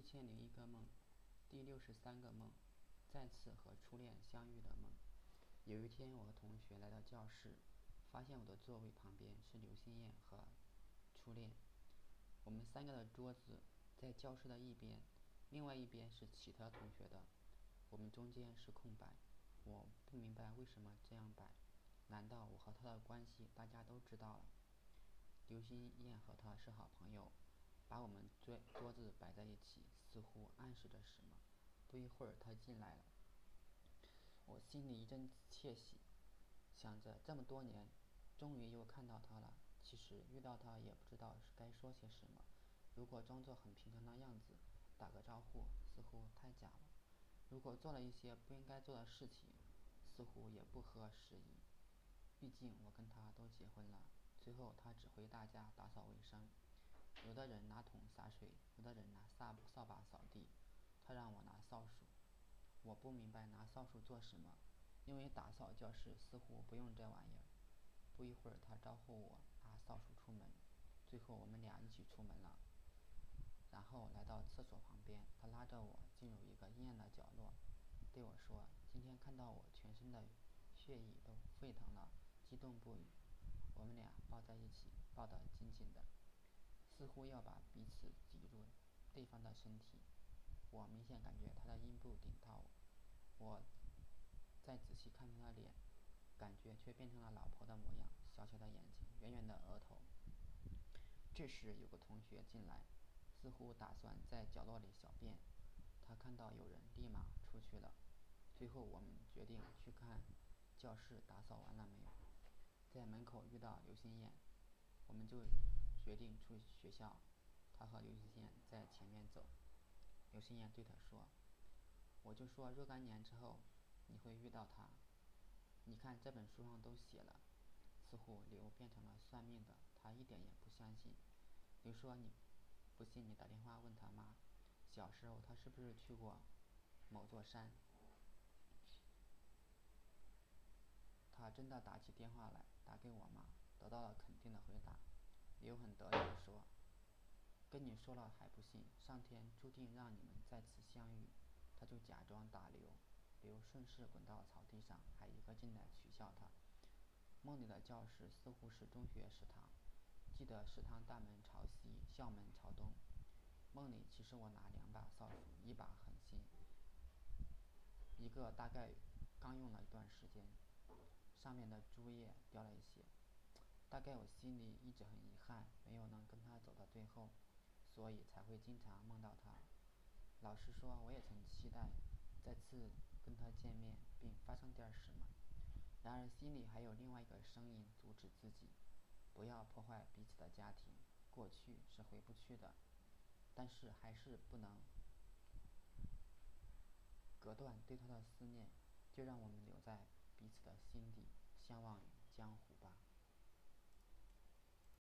1001个梦，第63个梦，再次和初恋相遇的梦。有一天，我和同学来到教室，发现我的座位旁边是刘心燕和初恋。我们3个的桌子在教室的一边，另外一边是其他同学的，我们中间是空白。我不明白为什么这样摆，难道我和他的关系大家都知道了？刘心燕和他是好朋友，把我们桌子摆在一起，似乎暗示着什么。不一会儿，他进来了，我心里一阵窃喜，想着这么多年，终于又看到他了。其实遇到他也不知道该说些什么，如果装作很平常的样子，打个招呼，似乎太假了；如果做了一些不应该做的事情，似乎也不合时宜。毕竟我跟他都结婚了。最后他指挥大家打扫卫生，有的人拿桶洒水，有的人拿扫把扫地，他让我拿扫帚。我不明白拿扫帚做什么，因为打扫教室似乎不用这玩意儿。不一会儿，他招呼我拿扫帚出门，最后我们俩一起出门了。然后来到厕所旁边，他拉着我进入一个阴暗的角落，对我说：“今天看到我，全身的血液都沸腾了，激动不已。”我们俩抱在一起，抱得紧紧的，似乎要把彼此挤入对方的身体。我明显感觉他的阴部顶到我，再仔细看他的脸，感觉却变成了老婆的模样，小小的眼睛，圆圆的额头。这时有个同学进来，似乎打算在角落里小便，他看到有人，立马出去了。最后我们决定去看教室打扫完了没有。在门口遇到刘心燕，我们就决定出学校。他和刘心燕在前面走。刘心燕对他说：“我就说若干年之后你会遇到他，你看这本书上都写了。”似乎刘变成了算命的，他一点也不相信。刘说：“你不信你打电话问他妈，小时候他是不是去过某座山？”他真的打起电话来，打给我妈，得到了肯定的回答。刘很得意地说：“跟你说了还不信，上天注定让你们再次相遇。”他就假装打刘，刘顺势滚到草地上，还一个劲地取笑他。梦里的教室似乎是中学食堂，记得食堂大门朝西，校门朝东。梦里其实我拿2把扫帚，一把很新，一个大概刚用了一段时间，上面的珠叶掉了一些。大概我心里一直很遗憾，没有能跟他走到最后，所以才会经常梦到他。老实说，我也曾期待再次跟他见面，并发生点什么。然而心里还有另外一个声音阻止自己，不要破坏彼此的家庭，过去是回不去的，但是还是不能隔断对他的思念，就让我们留在彼此的心底，相忘于江湖。